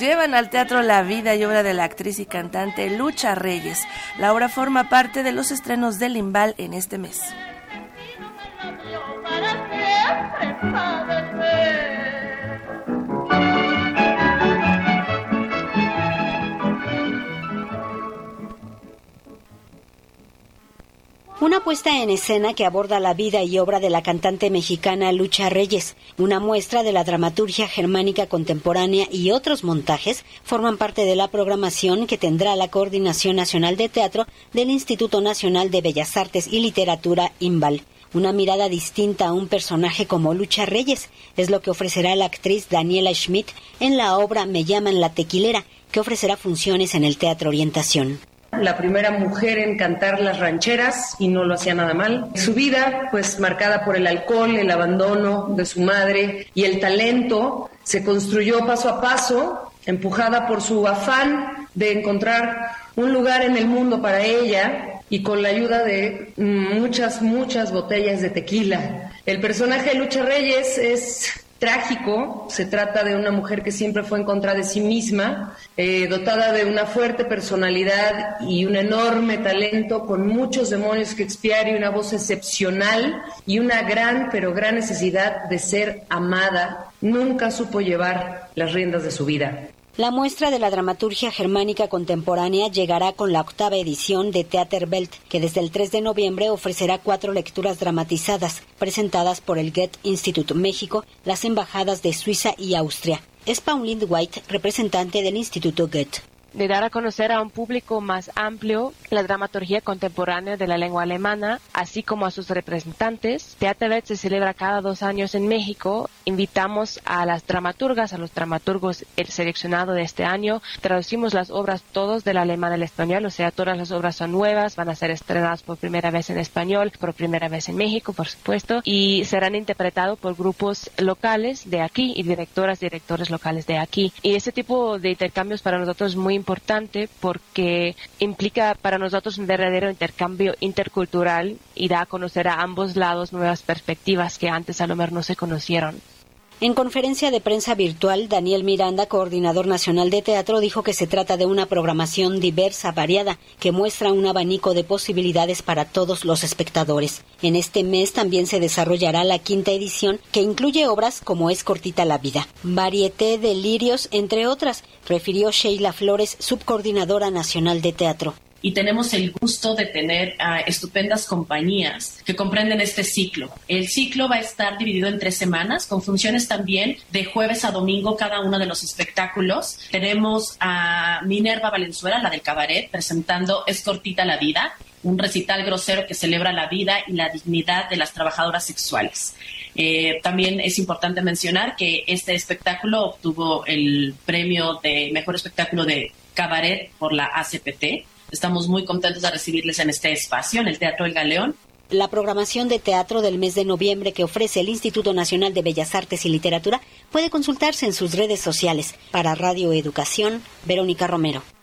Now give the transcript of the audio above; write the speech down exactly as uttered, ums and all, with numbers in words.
llevan al teatro la vida y obra de la actriz y cantante Lucha Reyes. La obra forma parte de los estrenos del Limbal en este mes. Una puesta en escena que aborda la vida y obra de la cantante mexicana Lucha Reyes. Una muestra de la dramaturgia germánica contemporánea y otros montajes forman parte de la programación que tendrá la Coordinación Nacional de Teatro del Instituto Nacional de Bellas Artes y Literatura, INBAL. Una mirada distinta a un personaje como Lucha Reyes es lo que ofrecerá la actriz Daniela Schmidt en la obra Me llaman la tequilera, que ofrecerá funciones en el Teatro Orientación. La primera mujer en cantar las rancheras y no lo hacía nada mal. Su vida, pues marcada por el alcohol, el abandono de su madre y el talento, se construyó paso a paso, empujada por su afán de encontrar un lugar en el mundo para ella y con la ayuda de muchas, muchas botellas de tequila. El personaje de Lucha Reyes es trágico. Se trata de una mujer que siempre fue en contra de sí misma, eh, dotada de una fuerte personalidad y un enorme talento, con muchos demonios que expiar y una voz excepcional y una gran, pero gran necesidad de ser amada. Nunca supo llevar las riendas de su vida. La muestra de la dramaturgia germánica contemporánea llegará con la octava edición de Theaterwelt, que desde el tres de noviembre ofrecerá cuatro lecturas dramatizadas, presentadas por el Goethe Institut México, las embajadas de Suiza y Austria. Es Pauline White, representante del Instituto Goethe. De dar a conocer a un público más amplio la dramaturgia contemporánea de la lengua alemana, así como a sus representantes. Theaterwelt se celebra cada dos años en México. Invitamos a las dramaturgas, a los dramaturgos el seleccionado de este año. Traducimos las obras todos del alemán al español, o sea, todas las obras son nuevas, van a ser estrenadas por primera vez en español, por primera vez en México, por supuesto, y serán interpretados por grupos locales de aquí y directoras, directores locales de aquí. Y ese tipo de intercambios para nosotros es muy importante porque implica para nosotros un verdadero intercambio intercultural y da a conocer a ambos lados nuevas perspectivas que antes a lo mejor no se conocieron. En conferencia de prensa virtual, Daniel Miranda, coordinador nacional de teatro, dijo que se trata de una programación diversa, variada, que muestra un abanico de posibilidades para todos los espectadores. En este mes también se desarrollará la quinta edición, que incluye obras como Es cortita la vida, Varieté de lirios, entre otras, refirió Sheila Flores, subcoordinadora nacional de teatro. Y tenemos el gusto de tener a uh, estupendas compañías que comprenden este ciclo. El ciclo va a estar dividido en tres semanas, con funciones también de jueves a domingo cada uno de los espectáculos. Tenemos a Minerva Valenzuela, la del cabaret, presentando Es cortita la vida, un recital grosero que celebra la vida y la dignidad de las trabajadoras sexuales. Eh, también es importante mencionar que este espectáculo obtuvo el premio de mejor espectáculo de cabaret por la A C P T. Estamos muy contentos de recibirles en este espacio, en el Teatro El Galeón. La programación de teatro del mes de noviembre que ofrece el Instituto Nacional de Bellas Artes y Literatura puede consultarse en sus redes sociales. Para Radio Educación, Verónica Romero.